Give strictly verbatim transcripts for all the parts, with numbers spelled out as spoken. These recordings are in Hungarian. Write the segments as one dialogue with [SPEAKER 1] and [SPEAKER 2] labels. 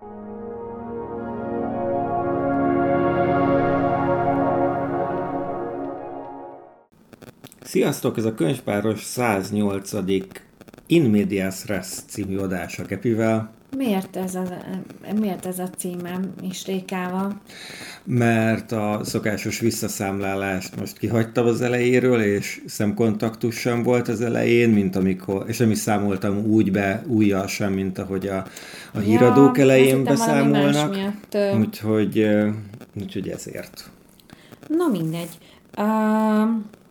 [SPEAKER 1] Sziasztok! Ez a Könyvpáros száznyolcadik In Medias Res című adása Kepivel.
[SPEAKER 2] Miért ez, a, miért ez a címe is Rékával?
[SPEAKER 1] Mert a szokásos visszaszámlálást most kihagytam az elejéről, és szemkontaktus sem volt az elején, mint amikor, és nem is számoltam úgy be újjal sem, mint ahogy a, a híradók
[SPEAKER 2] ja,
[SPEAKER 1] elején beszámolnak.
[SPEAKER 2] Miatt,
[SPEAKER 1] úgyhogy, úgyhogy ezért.
[SPEAKER 2] Na mindegy. Uh,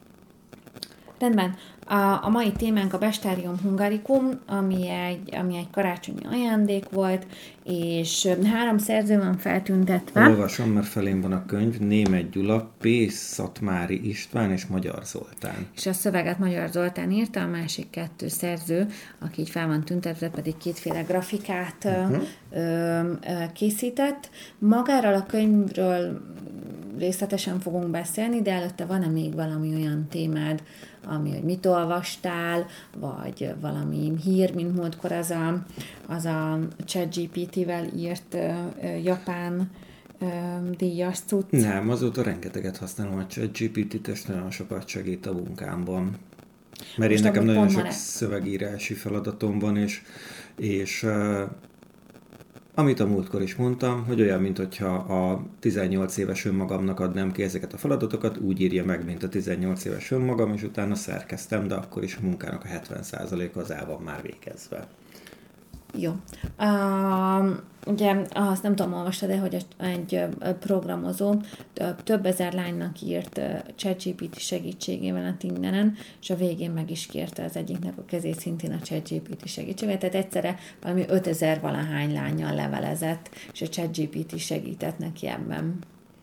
[SPEAKER 2] rendben. A, a mai témánk a Bestiarium Hungaricum, ami egy, ami egy karácsonyi ajándék volt, és három szerző van feltüntetve.
[SPEAKER 1] Olvasom, mert felém van a könyv. Németh Gyula, P. Szatmári István és Magyar Zoltán.
[SPEAKER 2] És a szöveget Magyar Zoltán írta, a másik kettő szerző, aki így fel van tüntetve, pedig kétféle grafikát uh-huh. ö, ö, készített. Magáról a könyvről részletesen fogunk beszélni, de előtte van-e még valami olyan témád, ami, hogy mit olvastál, vagy valami hír, mint múltkor az a, az a ChatGPT-vel írt ö, ö, japán ö, díjas cucc?
[SPEAKER 1] Nem, azóta rengeteget használom a ChatGPT-t, és nagyon sokat segít a munkámban. Mert most én nekem nagyon sok szövegírási feladatom van, és, és uh, amit a múltkor is mondtam, hogy olyan, mint hogyha a tizennyolc éves önmagamnak adnám ki ezeket a feladatokat, úgy írja meg, mint a tizennyolc éves önmagam, és utána szerkeztem, de akkor is a munkának a hetven százaléka az el van már végezve.
[SPEAKER 2] Jó. Uh, ugye, azt nem tudom, olvastad, de hogy egy programozó több ezer lánynak írt ChatGPT segítségével a Tinderen, és a végén meg is kérte az egyiknek a kezét szintén a ChatGPT segítségével, tehát egyszerre valami ötezer valahány lánnyal levelezett, és a ChatGPT segített neki ebben.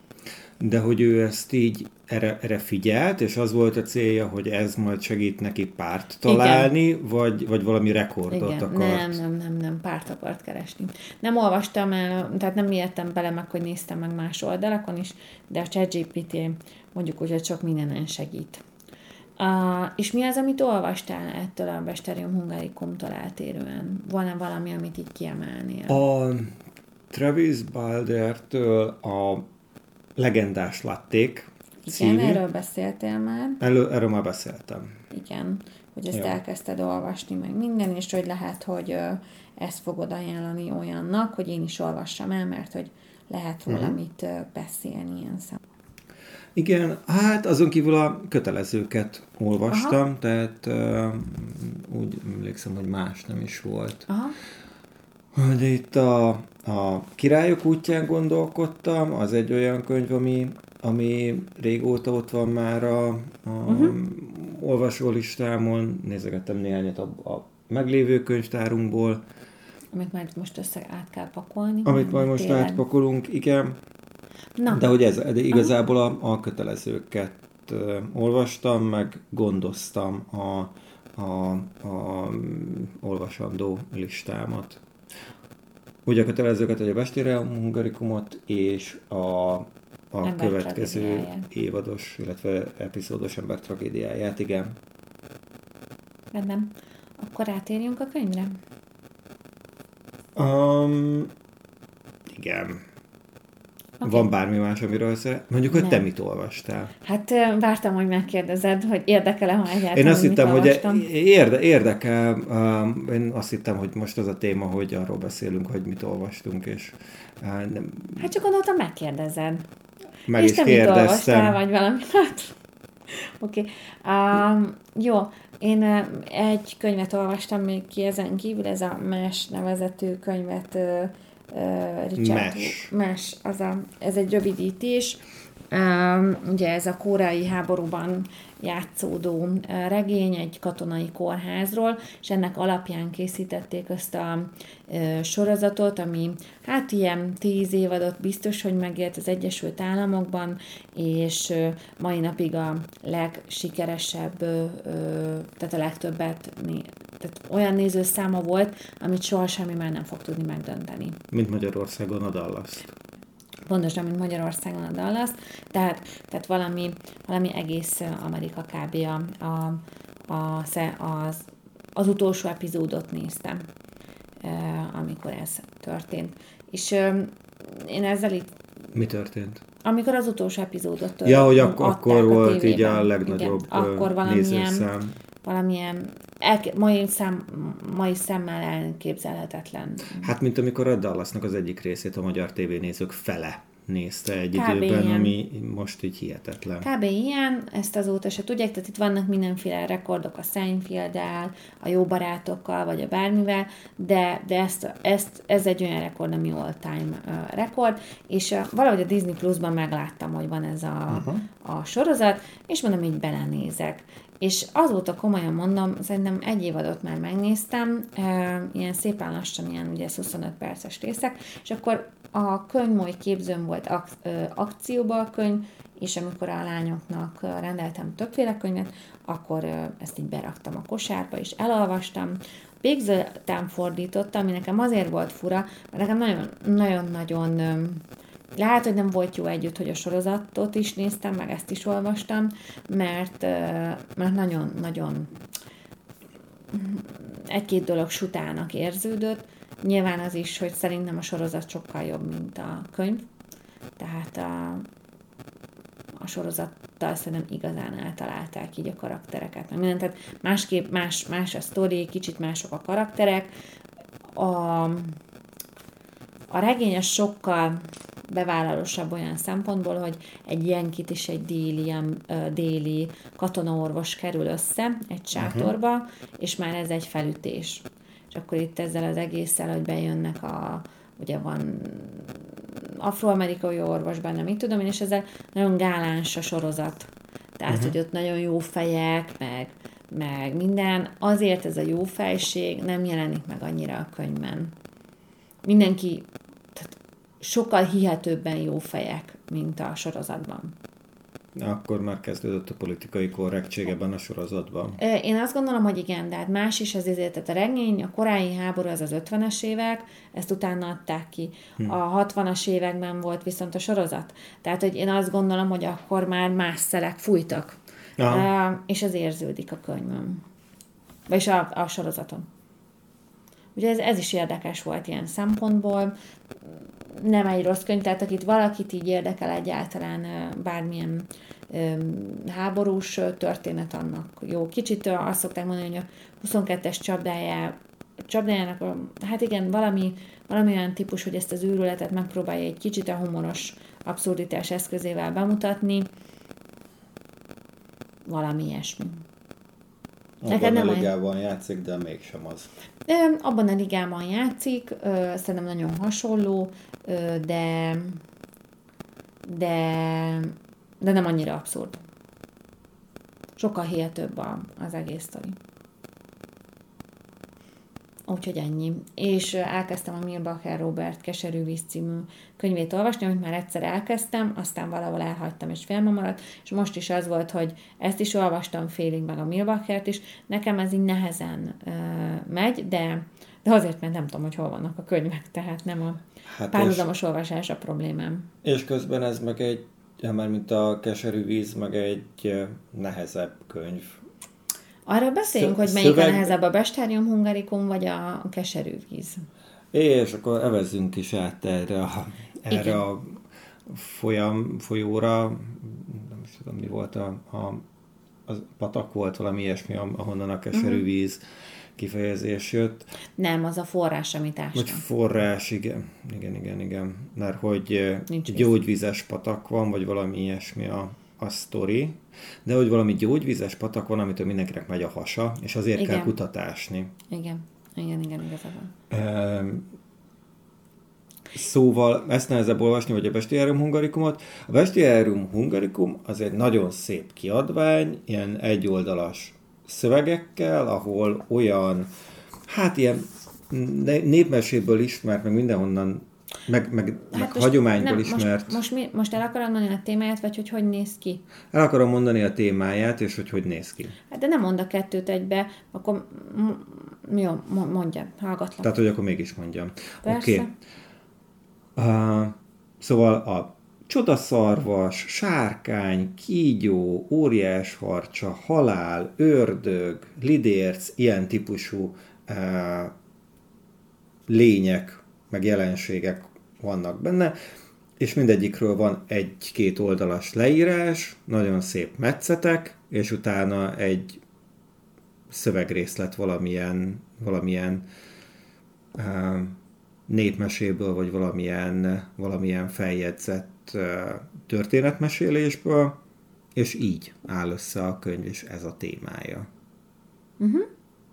[SPEAKER 1] De hogy ő ezt így erre, erre figyelt, és az volt a célja, hogy ez majd segít neki párt találni, vagy, vagy valami rekordot
[SPEAKER 2] Igen.
[SPEAKER 1] akart?
[SPEAKER 2] Nem, nem, nem, nem, párt akart keresni. Nem olvastam el, tehát nem ijedtem bele meg, hogy néztem meg más oldalakon is, de a ChatGPT mondjuk úgy, hogy sok mindenen segít. Uh, és mi az, amit olvastál ettől a Bestiarium Hungaricumtól eltérően? Van-e valami, amit így kiemelnél?
[SPEAKER 1] A Travis Baldertől a Legendás Latték
[SPEAKER 2] című. Igen, erről beszéltél már.
[SPEAKER 1] Elő, erről már beszéltem.
[SPEAKER 2] Igen, hogy ezt
[SPEAKER 1] Jó.
[SPEAKER 2] elkezdted olvasni meg minden, és hogy lehet, hogy ö, ezt fogod ajánlani olyannak, hogy én is olvassam el, mert hogy lehet valamit uh-huh. beszélni ilyen szem.
[SPEAKER 1] Igen, hát azon kívül a kötelezőket olvastam, aha. tehát uh, úgy emlékszem, hogy más nem is volt.
[SPEAKER 2] Aha.
[SPEAKER 1] De itt a, a Királyok útján gondolkodtam, az egy olyan könyv, ami, ami régóta ott van már a, a uh-huh. olvasólistámon. Nézegettem néhányat a, a meglévő könyvtárunkból.
[SPEAKER 2] Amit majd most össze át kell pakolni.
[SPEAKER 1] Amit majd most tényleg átpakolunk, igen. Na. De hogy ez, de igazából a, a kötelezőket uh, olvastam, meg gondoztam a, a, a olvasandó listámat. Ugye a kötelezőket, hogy a Bestiarium Hungaricumot és a, a következő évados, illetve epizódos Ember tragédiáját, igen.
[SPEAKER 2] Rendben. Akkor átérjünk a könyvre?
[SPEAKER 1] Um, igen. Okay. Van bármi más, amiről szeret? Mondjuk, hogy nem. Te mit olvastál?
[SPEAKER 2] Hát vártam, hogy megkérdezed, hogy érdekel-e, ha egyáltalán,
[SPEAKER 1] én azt hittem,
[SPEAKER 2] hogy
[SPEAKER 1] érde, érdekel. Um, én azt hittem, hogy most az a téma, hogy arról beszélünk, hogy mit olvastunk, és uh, nem...
[SPEAKER 2] Hát csak gondoltam, megkérdezed.
[SPEAKER 1] Meg
[SPEAKER 2] és
[SPEAKER 1] is
[SPEAKER 2] te
[SPEAKER 1] kérdeztem.
[SPEAKER 2] mit olvastál, vagy valami? Hát, oké. Okay. Um, jó, én uh, egy könyvet olvastam még ki ezen kívül, ez a Más nevezetű könyvet uh, Uh, Richard
[SPEAKER 1] Mesh.
[SPEAKER 2] Mesh, az a, ez egy rövidítés. Um, ugye ez a koreai háborúban játszódó uh, regény egy katonai kórházról, és ennek alapján készítették ezt a uh, sorozatot, ami hát ilyen tíz évadot biztos, hogy megélt az Egyesült Államokban, és uh, mai napig a legsikeresebb, uh, tehát a legtöbbet, tehát olyan nézőszáma volt, amit soha semmi már nem fog tudni megdönteni.
[SPEAKER 1] Mint Magyarországon a Dallas.
[SPEAKER 2] Pontosan, mint Magyarországon a Dallas, tehát, tehát valami, valami egész Amerika kb. A, a, a, az, az utolsó epizódot néztem, amikor ez történt. És ö, én ezzel itt...
[SPEAKER 1] Mi történt?
[SPEAKER 2] Amikor az utolsó epizódot
[SPEAKER 1] ja, hogy ak- akkor volt így a legnagyobb igen,
[SPEAKER 2] akkor valamilyen, valamilyen elke- mai, szám, mai szemmel elképzelhetetlen.
[SPEAKER 1] Hát, mint amikor a Dallasnak az egyik részét a magyar tévénézők fele nézte egy Kb. Időben, ilyen. Ami most így hihetetlen.
[SPEAKER 2] Kb. Ilyen, ezt azóta se tudják, tehát itt vannak mindenféle rekordok a Seinfeld-el, a Jó barátokkal, vagy a bármivel, de, de ezt, ezt, ez egy olyan rekord, ami all-time uh, rekord, és uh, valahogy a Disney Plus-ban megláttam, hogy van ez a, uh-huh. a sorozat, és mondom, így belenézek. És azóta komolyan mondom, szerintem egy évadot már megnéztem, uh, ilyen szépen lassan, ilyen ugye huszonöt perces részek, és akkor a könyvmoly képzőm volt ak- ö, akcióba a könyv, és amikor a lányoknak rendeltem többféle könyvet, akkor ö, ezt így beraktam a kosárba, és elolvastam. Végzőtán fordítottam, ami nekem azért volt fura, mert nekem nagyon-nagyon lehet, hogy nem volt jó együtt, hogy a sorozatot is néztem, meg ezt is olvastam, mert, ö, mert nagyon-nagyon egy-két dolog sutának érződött. Nyilván az is, hogy szerintem a sorozat sokkal jobb, mint a könyv. Tehát a, a sorozattal szerintem igazán eltalálták így a karaktereket. Meg mindent, tehát másképp, más, más a sztori, kicsit mások a karakterek. A, a regényes sokkal bevállalósabb olyan szempontból, hogy egy jenkit és egy déli, déli katonaorvos kerül össze egy sátorba, uh-huh. és már ez egy felütés. És akkor itt ezzel az egésszel, hogy bejönnek a, ugye van afroamerikai orvos benne, mit tudom én, és ezzel nagyon gáláns a sorozat. Tehát, uh-huh. hogy ott nagyon jó fejek, meg, meg minden. Azért ez a jó fejség nem jelenik meg annyira a könyvben. Mindenki tehát sokkal hihetőbben jó fejek, mint a sorozatban.
[SPEAKER 1] Akkor már kezdődött a politikai korrektség ebben a sorozatban.
[SPEAKER 2] Én azt gondolom, hogy igen, de hát más is az ezért, tehát a regény, a korai háború az az ötvenes évek, ezt utána adták ki. Hm. A hatvanas években volt viszont a sorozat. Tehát, hogy én azt gondolom, hogy akkor már más szelek fújtak. Uh, és ez érződik a könyvön. Vagyis a, a sorozaton. Ugye ez, ez is érdekes volt ilyen szempontból. Nem egy rossz könyv, tehát akit valakit így érdekel egyáltalán bármilyen háborús történet, annak jó. Kicsit azt szokták mondani, hogy a huszonkettes csapdájá, csapdájának, hát igen, valami, valami olyan típus, hogy ezt az őrületet megpróbálja egy kicsit a humoros abszurditás eszközével bemutatni. Valami ilyesmi.
[SPEAKER 1] Abban a ligában olyan... játszik, de mégsem az.
[SPEAKER 2] Abban a ligában játszik, szerintem nagyon hasonló, de, de, de nem annyira abszurd. Sokkal hihetőbb az egész sztori. Úgyhogy ennyi. És elkezdtem a Milbacher Robert Keserű víz című könyvét olvasni, amit már egyszer elkezdtem, aztán valahol elhagytam, és félme maradt, és most is az volt, hogy ezt is olvastam félig, meg a Milbachert is. Nekem ez így nehezen uh, megy, de, de azért, mert nem tudom, hogy hol vannak a könyvek, tehát nem a hát párhuzamos olvasás a problémám.
[SPEAKER 1] És közben ez meg egy, már mint a Keserű víz, meg egy nehezebb könyv.
[SPEAKER 2] Arról beszéljünk, hogy melyik szöveg... a nehezebb, a Bestárium Hungaricum, vagy a keserű víz.
[SPEAKER 1] És akkor evezzünk is át erre a, erre a folyam, folyóra. Nem is tudom, mi volt a, a, a patak volt, valami ilyesmi, ahonnan a keserű víz uh-huh. kifejezés jött.
[SPEAKER 2] Nem, az a forrás, amit ástam.
[SPEAKER 1] Vagy forrás, igen. Igen, igen, igen. Mert hogy Nincs gyógyvizes patak van, vagy valami ilyesmi a a sztori, de hogy valami gyógyvizes patak van, amitől mindenkinek megy a hasa, és azért igen. kell kutatásni.
[SPEAKER 2] Igen, igen, igen, igazán.
[SPEAKER 1] E, szóval ezt nehezebb olvasni, vagy a Bestiarium Hungaricumot. A Bestiarium Hungaricum az egy nagyon szép kiadvány, ilyen egyoldalas szövegekkel, ahol olyan, hát ilyen népmeséből ismert, meg mindenhonnan Meg, meg, hát meg hagyományból nem, ismert.
[SPEAKER 2] Most, most, mi, most el akarom mondani a témáját, vagy hogy hogy néz ki?
[SPEAKER 1] El akarom mondani a témáját, és hogy hogy néz ki.
[SPEAKER 2] Hát de nem mond a kettőt egybe, akkor m- jó, mondjam, hallgatlak.
[SPEAKER 1] Tehát, hogy akkor mégis mondjam. Oké. Okay. Uh, szóval a csodaszarvas, sárkány, kígyó, óriásharcsa, halál, ördög, lidérc, ilyen típusú uh, lények, meg jelenségek vannak benne, és mindegyikről van egy-két oldalas leírás, nagyon szép metszetek, és utána egy szövegrészlet valamilyen, valamilyen uh, népmeséből, vagy valamilyen, valamilyen feljegyzett uh, történetmesélésből, és így áll össze a könyv, és ez a témája. Uh-huh.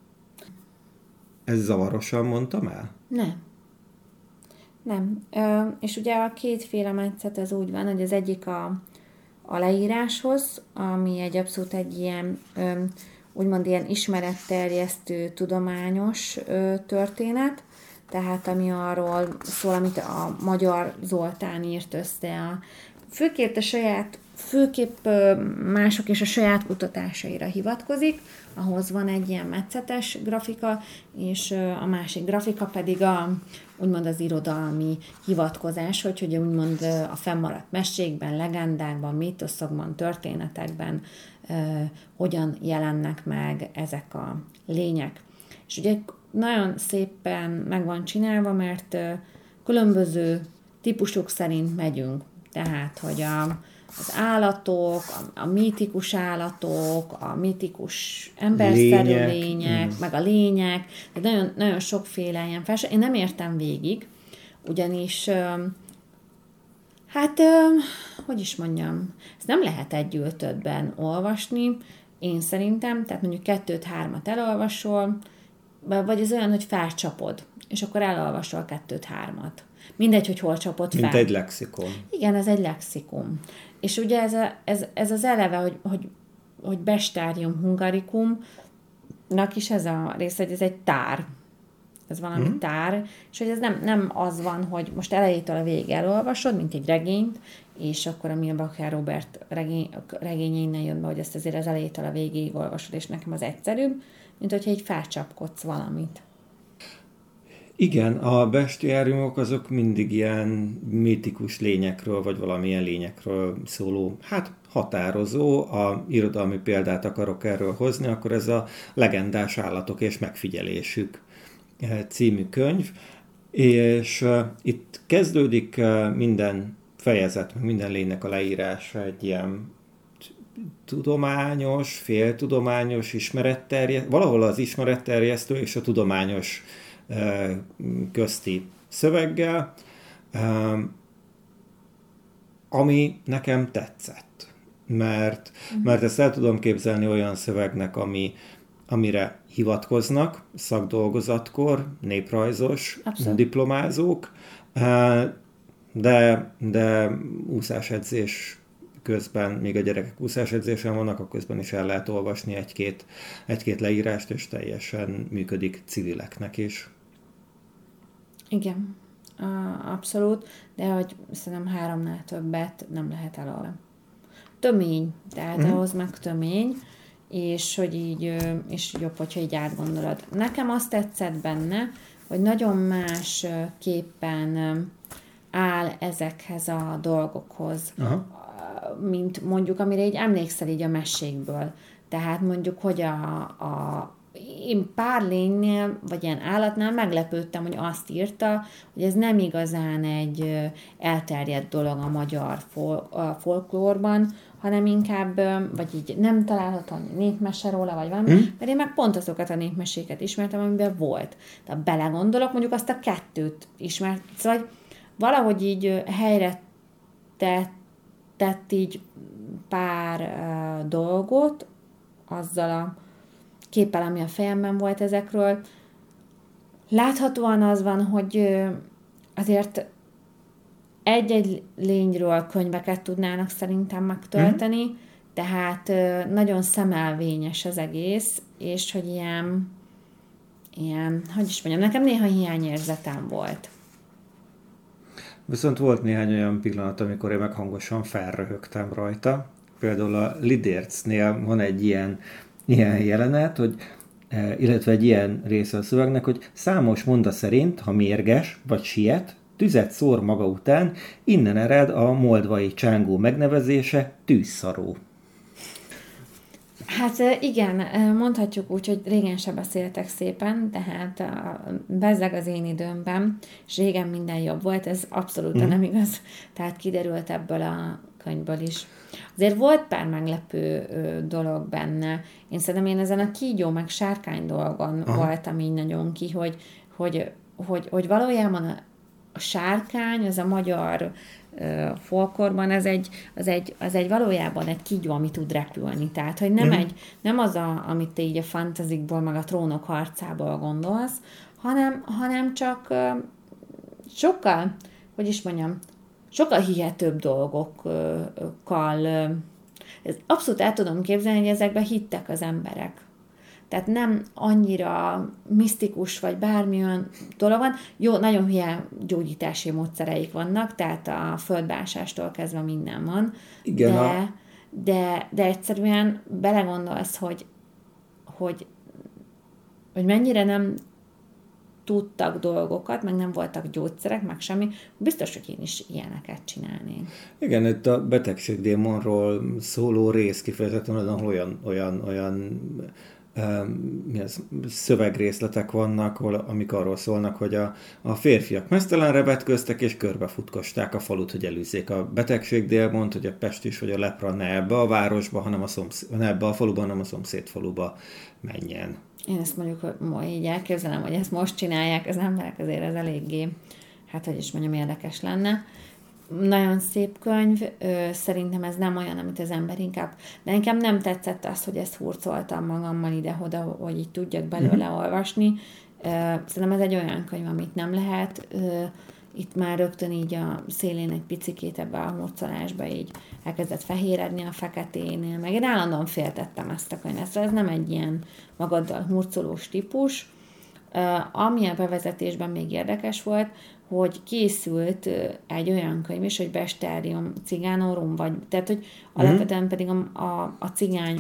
[SPEAKER 1] Ez zavarosan mondtam el?
[SPEAKER 2] Nem. Nem. Ö, és ugye a kétféle metszet az úgy van, hogy az egyik a, a leíráshoz, ami egy abszolút egy ilyen, ö, úgymond ilyen ismeretterjesztő, tudományos ö, történet, tehát ami arról szól, amit a Magyar Zoltán írt össze, a, főképp a saját, főképp mások és a saját kutatásaira hivatkozik, ahhoz van egy ilyen metszetes grafika, és a másik grafika pedig a, úgymond az irodalmi hivatkozás, hogy, hogy úgymond a fennmaradt mesékben, legendákban, mítoszokban, történetekben eh, hogyan jelennek meg ezek a lények. És ugye nagyon szépen meg van csinálva, mert eh, különböző típusok szerint megyünk. Tehát, hogy a, az állatok, a, a mítikus állatok, a mítikus emberszerű lények, lények mm. meg a lények, de nagyon, nagyon sokféle ilyen felső. Én nem értem végig, ugyanis hát, hogy is mondjam, ezt nem lehet egy ültöttben olvasni, én szerintem, tehát mondjuk kettőt-hármat elolvasol, vagy ez olyan, hogy felcsapod, és akkor elolvasol kettőt-hármat. Mindegy, hogy hol csapod fel.
[SPEAKER 1] Mint egy lexikon.
[SPEAKER 2] Igen, ez egy lexikon. És ugye ez, a, ez, ez az eleve, hogy, hogy, hogy Bestarium Hungaricumnak is ez a része, hogy ez egy tár. Ez valami mm. tár, és hogy ez nem, nem az van, hogy most elejétől a végig elolvasod, mint egy regényt, és akkor a Milbacher Robert regény, regénye innen jön be, hogy ezt azért az elejétől a végig olvasod, és nekem az egyszerűbb, mint hogyha így felcsapkodsz valamit.
[SPEAKER 1] Igen, a bestiáriumok azok mindig ilyen mítikus lényekről, vagy valamilyen lényekről szóló, hát határozó, a irodalmi példát akarok erről hozni, akkor ez a Legendás állatok és megfigyelésük című könyv, és uh, itt kezdődik uh, minden fejezet, minden lénynek a leírása egy ilyen tudományos, féltudományos ismeretterjesztő, valahol az ismeretterjesztő és a tudományos közti szöveggel, ami nekem tetszett. Mert, uh-huh. mert ezt el tudom képzelni olyan szövegnek, ami, amire hivatkoznak szakdolgozatkor, néprajzos, Abszolút. diplomázók, de, de úszásedzés közben, még a gyerekek úszásedzésen vannak, akkor közben is el lehet olvasni egy-két, egy-két leírást, és teljesen működik civileknek is.
[SPEAKER 2] Igen, abszolút, de hogy szerintem háromnál többet nem lehet elolvasni. Tömény, tehát mm. ahhoz meg tömény, és hogy így, és jobb, hogyha így átgondolod. Nekem azt tetszett benne, hogy nagyon más képpen áll ezekhez a dolgokhoz, Aha. mint mondjuk, amire így emlékszel így a mesékből. Tehát mondjuk, hogy a, a én pár lénynél, vagy ilyen állatnál meglepődtem, hogy azt írta, hogy ez nem igazán egy elterjedt dolog a magyar fol- a folklórban, hanem inkább, vagy így nem található népmese róla, vagy valami, hmm. mert én meg pont azokat a népmeséket ismertem, amiben volt. De ha belegondolok, mondjuk azt a kettőt ismert, szóval valahogy így helyre tett, tett így pár uh, dolgot azzal a képpel, ami a fejemben volt ezekről. Láthatóan az van, hogy azért egy-egy lényről könyveket tudnának szerintem megtölteni, mm. tehát nagyon szemelvényes az egész, és hogy ilyen, ilyen, hogy is mondjam, nekem néha hiányérzetem volt.
[SPEAKER 1] Viszont volt néhány olyan pillanat, amikor én meg hangosan felröhögtem rajta. Például a Lidércnél van egy ilyen ilyen jelenet, hogy, illetve egy ilyen része a szövegnek, hogy számos monda szerint, ha mérges vagy siet, tüzet szór maga után, innen ered a moldvai csángó megnevezése tűzszaró.
[SPEAKER 2] Hát igen, mondhatjuk úgy, hogy régen se beszéltek szépen, tehát bezzeg az én időmben, és régen minden jobb volt, ez abszolút mm. nem igaz, tehát kiderült ebből a könyvből is. Azért volt pár meglepő dolog benne. Én szerintem én ezen a kígyó meg sárkány dolgon Aha. voltam így nagyon ki, hogy, hogy, hogy, hogy valójában a, a sárkány, az a magyar folklórban az egy, az, egy, az egy valójában egy kígyó, ami tud repülni. Tehát, hogy nem, mm. egy, nem az, a, amit te így a fantazikból, meg a trónok harcából gondolsz, hanem, hanem csak sokkal, hogy is mondjam, sokkal hihetőbb dolgokkal. Ez abszolút el tudom képzelni, hogy ezekben hittek az emberek. Tehát nem annyira misztikus, vagy bármilyen dolog van. Jó, nagyon hülye gyógyítási módszereik vannak, tehát a földbeásástól kezdve minden van. Igen, de, a... de, de egyszerűen belegondolsz, hogy, hogy, hogy mennyire nem tudtak dolgokat, meg nem voltak gyógyszerek, meg semmi, biztos, hogy én is ilyeneket csinálnék.
[SPEAKER 1] Igen, itt a betegségdémonról szóló rész kifejezetten olyan, olyan, olyan mi az, szövegrészletek vannak, amik arról szólnak, hogy a, a férfiak meztelenre vetköztek, és körbefutkosták a falut, hogy elűzzék a betegségdémont, hogy a pest is, hogy a lepra ne ebbe a városba, hanem a, szomszéd, ne ebbe a faluba, hanem a szomszéd faluba menjen.
[SPEAKER 2] Én ezt mondjuk, hogy így elképzelem, hogy ezt most csinálják az emberek, azért ez eléggé, hát hogy is mondjam, érdekes lenne. Nagyon szép könyv, szerintem ez nem olyan, amit az ember inkább, de nekem nem tetszett az, hogy ezt hurcoltam magammal ide-oda, hogy így tudjak belőle mm-hmm. olvasni. Szerintem ez egy olyan könyv, amit nem lehet, itt már rögtön így a szélén egy picikét ebbe a hurcolásba így elkezdett fehéredni a feketénél, meg én állandóan féltettem ezt a könyvet, szóval ez nem egy ilyen magaddal hurcolós típus. Ami a bevezetésben még érdekes volt, hogy készült egy olyan könyv is, hogy Bestiarium Ciganorum, vagy, tehát, hogy alapvetően mm. pedig a, a, a cigány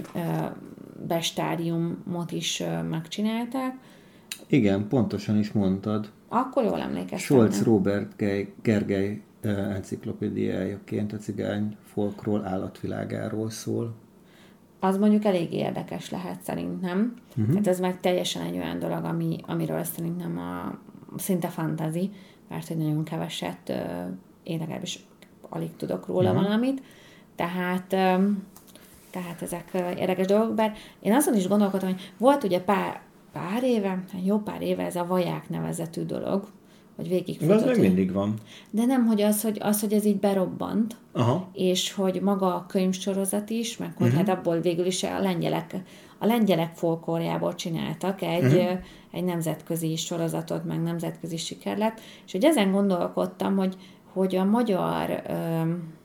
[SPEAKER 2] bestiariumot is megcsinálták.
[SPEAKER 1] Igen, pontosan is mondtad.
[SPEAKER 2] Akkor jól emlékeztem.
[SPEAKER 1] Scholz Róbert Gergely enciklopédiájaként a cigány folkról, állatvilágáról szól.
[SPEAKER 2] Az mondjuk elég érdekes lehet szerintem. Uh-huh. Tehát ez meg teljesen egy olyan dolog, ami, amiről szerintem a szinte fantasy, mert hogy nagyon keveset, én legalábbis alig tudok róla uh-huh. valamit. Tehát, tehát ezek érdekes dolgok, bár én azon is gondolkodtam, hogy volt ugye pár, pár éve, jó pár éve ez a Vaják nevezetű dolog, hogy végigfutott.
[SPEAKER 1] Az még mindig van.
[SPEAKER 2] De nem, hogy az, hogy, az, hogy ez így berobbant,
[SPEAKER 1] Aha.
[SPEAKER 2] és hogy maga a könyvsorozat is, meg hogy uh-huh. hát abból végül is a lengyelek, a lengyelek folklórjából csináltak egy, uh-huh. egy nemzetközi sorozatot, meg nemzetközi siker lett, és hogy ezen gondolkodtam, hogy, hogy a magyar ö,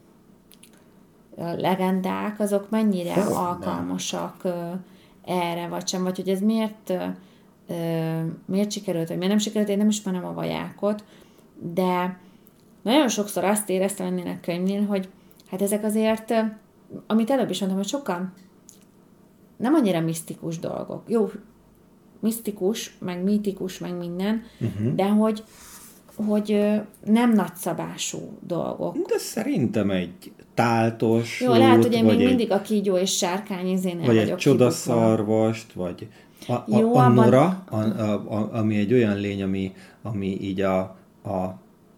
[SPEAKER 2] legendák, azok mennyire oh, alkalmasak ö, erre, vagy sem, vagy hogy ez miért... Ö, miért sikerült, vagy miért nem sikerült, én nem ismerem a vajákot, de nagyon sokszor azt éreztem ennél a könyvnél, hogy hát ezek azért, amit előbb is mondtam, hogy sokkal nem annyira misztikus dolgok. Jó, misztikus, meg mítikus, meg minden, uh-huh. de hogy, hogy nem nagyszabású dolgok.
[SPEAKER 1] De szerintem egy táltos
[SPEAKER 2] Jó, lehet, hogy én még egy, mindig a kígyó és sárkány izénél
[SPEAKER 1] vagy egy csodaszarvast, vagy a, a, Jó, a nora, a, a, a, ami egy olyan lény, ami, ami így a, a,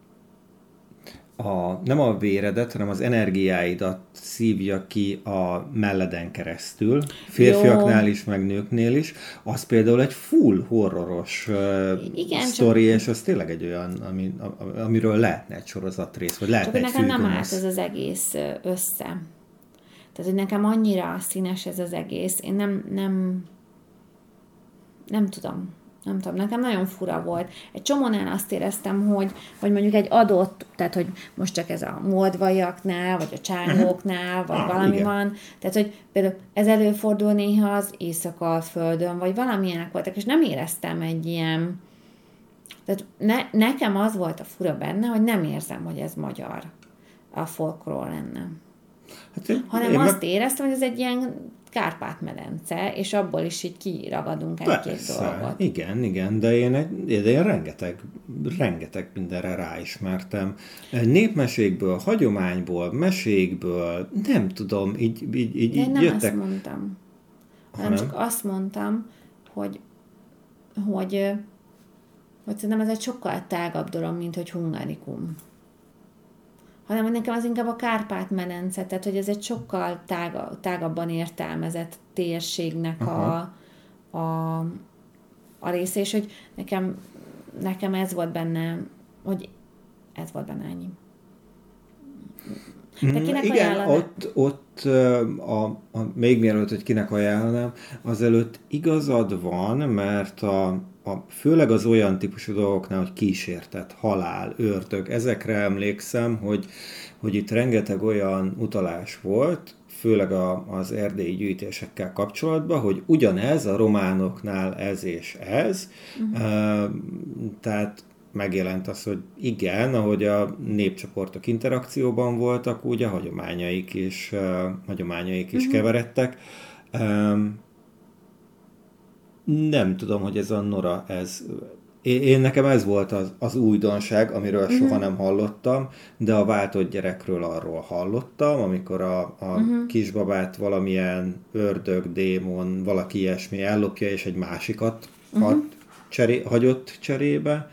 [SPEAKER 1] a nem a véredet, hanem az energiáidat szívja ki a melleden keresztül, férfiaknál Jó. is, meg nőknél is, az például egy full horroros uh, sztori, csak... és az tényleg egy olyan, ami, amiről lehetne egy sorozatrész, vagy lehetne
[SPEAKER 2] csak
[SPEAKER 1] egy
[SPEAKER 2] nekem nem állt ez az egész össze. Tehát, hogy nekem annyira színes ez az egész, én nem, nem nem tudom, nem tudom, nekem nagyon fura volt. Egy csomónál azt éreztem, hogy, hogy mondjuk egy adott, tehát, hogy most csak ez a moldvajaknál, vagy a csángóknál, vagy ah, valami igen. van, tehát, hogy például ez előfordul néha az Észak-Alföldön, vagy valamilyenek voltak, és nem éreztem egy ilyen, tehát ne, nekem az volt a fura benne, hogy nem érzem, hogy ez magyar a folkról lenne. Hát én, hanem én azt meg... éreztem, hogy ez egy ilyen Kárpát-medence, és abból is így kiragadunk egy-két dolgot.
[SPEAKER 1] Igen, igen, de én, egy, de én rengeteg, rengeteg mindenre ráismertem. Népmesékből, hagyományból, mesékből, nem tudom, így, így, így,
[SPEAKER 2] én
[SPEAKER 1] így
[SPEAKER 2] nem
[SPEAKER 1] jöttek.
[SPEAKER 2] ezt mondtam. hanem csak azt mondtam, hogy, hogy, hogy szerintem ez egy sokkal tágabb dolog, mint hogy Hungarikum. Hanem hogy nekem az inkább a Kárpát-medence, tehát hogy ez egy sokkal tága, tágabban értelmezett térségnek a, a, a része, és hogy nekem, nekem ez volt benne, hogy ez volt benne ennyi.
[SPEAKER 1] De kinek igen, ott, ott a, a, még mielőtt, hogy kinek ajánlanám, azelőtt igazad van, mert a, a, főleg az olyan típusú dolgoknál, hogy kísértet, halál, ördög, ezekre emlékszem, hogy, hogy itt rengeteg olyan utalás volt, főleg a, az erdélyi gyűjtésekkel kapcsolatban, hogy ugyanez a románoknál ez és ez, uh-huh. uh, tehát megjelent az, hogy igen, ahogy a népcsoportok interakcióban voltak, úgy a hagyományaik is, uh, hagyományaik is uh-huh. keveredtek. Um, nem tudom, hogy ez a Nora, ez... Én, én nekem ez volt az, az újdonság, amiről uh-huh. soha nem hallottam, de a váltott gyerekről arról hallottam, amikor a, a uh-huh. kisbabát valamilyen ördög, démon, valaki ilyesmi ellopja, és egy másikat uh-huh. ad, cseré, hagyott cserébe.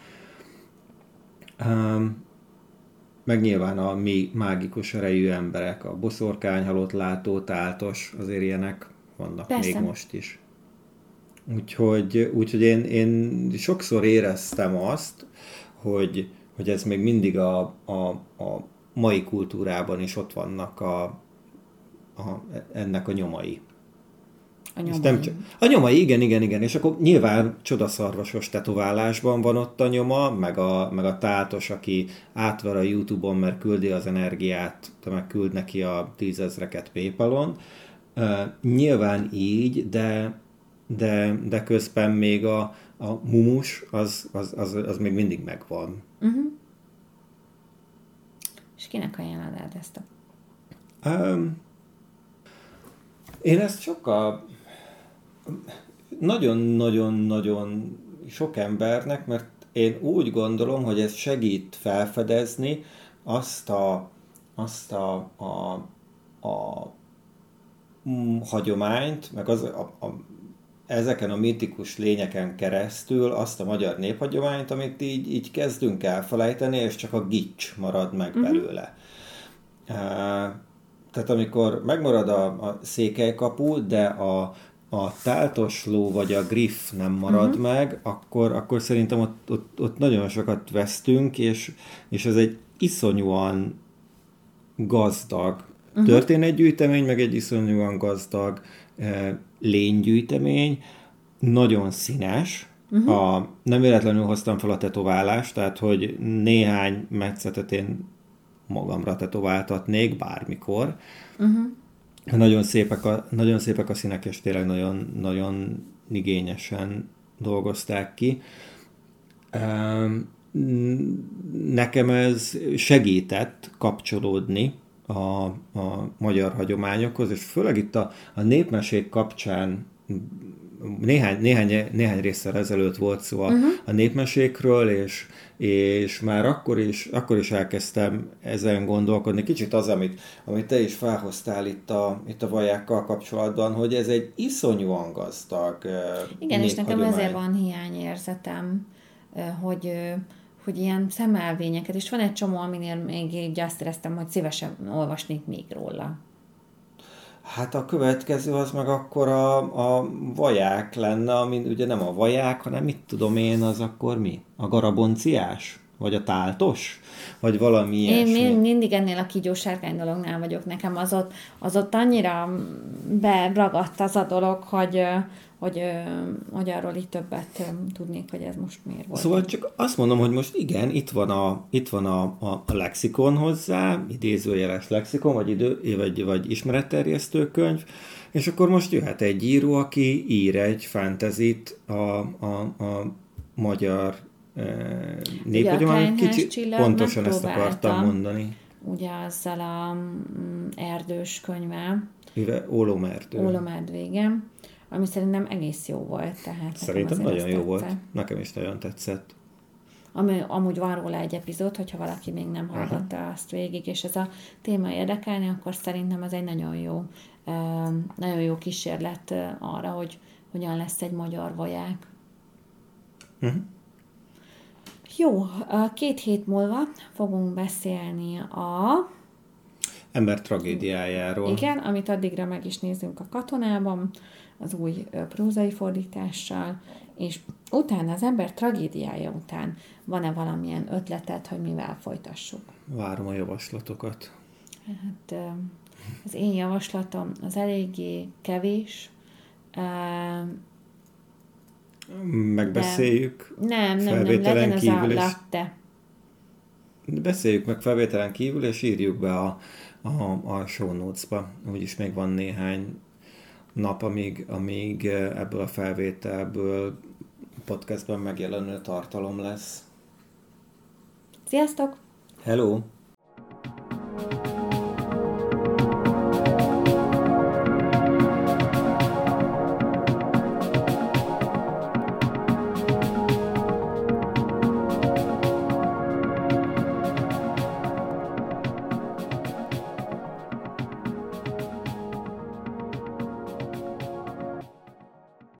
[SPEAKER 1] Um, meg nyilván a mi mágikus erejű emberek, a boszorkány, halott látó, táltos, azért ilyenek vannak Persze. még most is. Úgyhogy, úgyhogy én, én sokszor éreztem azt, hogy, hogy ez még mindig a, a, a mai kultúrában is ott vannak a, a, ennek a nyomai.
[SPEAKER 2] A nyomai. Nem csak,
[SPEAKER 1] a nyomai, igen, igen, igen. És akkor nyilván csodaszarvasos tetoválásban van ott a nyoma, meg a, meg a táltos, aki átver a YouTube-on, mert küldi az energiát, te meg küld neki a tízezreket PayPal-on. Uh, nyilván így, de, de, de közben még a, a mumus, az, az, az, az még mindig megvan.
[SPEAKER 2] Uh-huh. És kinek ajánlanád ezt a...
[SPEAKER 1] Um, én ezt sokkal nagyon-nagyon-nagyon sok embernek, mert én úgy gondolom, hogy ez segít felfedezni azt a, azt a, a, a hagyományt, meg az, a, a, ezeken a mitikus lényeken keresztül azt a magyar néphagyományt, amit így, így kezdünk elfelejteni, és csak a gics marad meg uh-huh. belőle. Uh, Tehát amikor megmarad a, a székelykapu, de a, a táltos ló vagy a griff nem marad uh-huh. meg, akkor, akkor szerintem ott, ott, ott nagyon sokat vesztünk, és, és ez egy iszonyúan gazdag uh-huh. történetgyűjtemény, meg egy iszonyúan gazdag eh, lénygyűjtemény, nagyon színes. Uh-huh. A, nem véletlenül hoztam fel a tetoválást, tehát hogy néhány metszetet én magamra tetováltatnék bármikor. Uh-huh. Nagyon szépek a, nagyon szépek a színek, és tényleg nagyon, nagyon igényesen dolgozták ki. Nekem ez segített kapcsolódni a, a magyar hagyományokhoz, és főleg itt a, a népmesék kapcsán Néhány, néhány, néhány résszel ezelőtt volt szó a, uh-huh. a népmesékről, és, és már akkor is, akkor is elkezdtem ezen gondolkodni. Kicsit az, amit, amit te is felhoztál itt a, itt a vajákkal kapcsolatban, hogy ez egy iszonyúan gazdag
[SPEAKER 2] Igen, és nekem ezért van hiányérzetem, hogy, hogy ilyen szemelvényeket, és van egy csomó, aminél még így azt éreztem, hogy szívesen olvasnék még róla.
[SPEAKER 1] Hát a következő az meg akkor a, a vaják lenne, ami ugye nem a vaják, hanem mit tudom én, az akkor mi? A garabonciás? Vagy a táltos? Vagy valami ilyesmi?
[SPEAKER 2] Én mindig ennél a kígyósárkány dolognál vagyok. Nekem az ott, az ott annyira beragadt az a dolog, hogy, hogy, hogy arról így többet tudnék, hogy ez most miért volt.
[SPEAKER 1] Szóval csak azt mondom, hogy most igen, itt van a, itt van a, a, a lexikon hozzá, idézőjeles lexikon, vagy, idő, vagy, vagy ismeretterjesztő könyv, és akkor most jöhet egy író, aki ír egy fantasyt a, a, a magyar eh, néphagyományban. Kicsit pontosan ezt akartam mondani.
[SPEAKER 2] Ugye azzal a mm, erdős könyvvel.
[SPEAKER 1] Ólomerdő.
[SPEAKER 2] Ólomerdő, igen. Ami szerintem egész jó volt. Tehát
[SPEAKER 1] szerintem nagyon jó tetszett. Volt. Nekem is nagyon tetszett.
[SPEAKER 2] ami, amúgy van róla egy epizód, hogyha valaki még nem hallgatta azt végig, és ez a téma érdekelni, akkor szerintem az egy nagyon jó, nagyon jó kísérlet arra, hogy hogyan lesz egy magyar vaják. Uh-huh. Jó, két hét múlva fogunk beszélni a...
[SPEAKER 1] ember tragédiájáról.
[SPEAKER 2] Igen, amit addigra meg is nézzünk a Katonában, az új prózai fordítással, és utána az ember tragédiája után van-e valamilyen ötleted, hogy mivel folytassuk?
[SPEAKER 1] Várom a javaslatokat.
[SPEAKER 2] Hát az én javaslatom az eléggé kevés.
[SPEAKER 1] Megbeszéljük.
[SPEAKER 2] Nem, nem, nem, legyen az a latte.
[SPEAKER 1] Beszéljük meg felvételen kívül, és írjuk be a, a, a show notes-ba. Úgyis még van néhány nap, amíg, amíg ebből a felvételből podcastban megjelenő tartalom lesz.
[SPEAKER 2] Sziasztok!
[SPEAKER 1] Hello!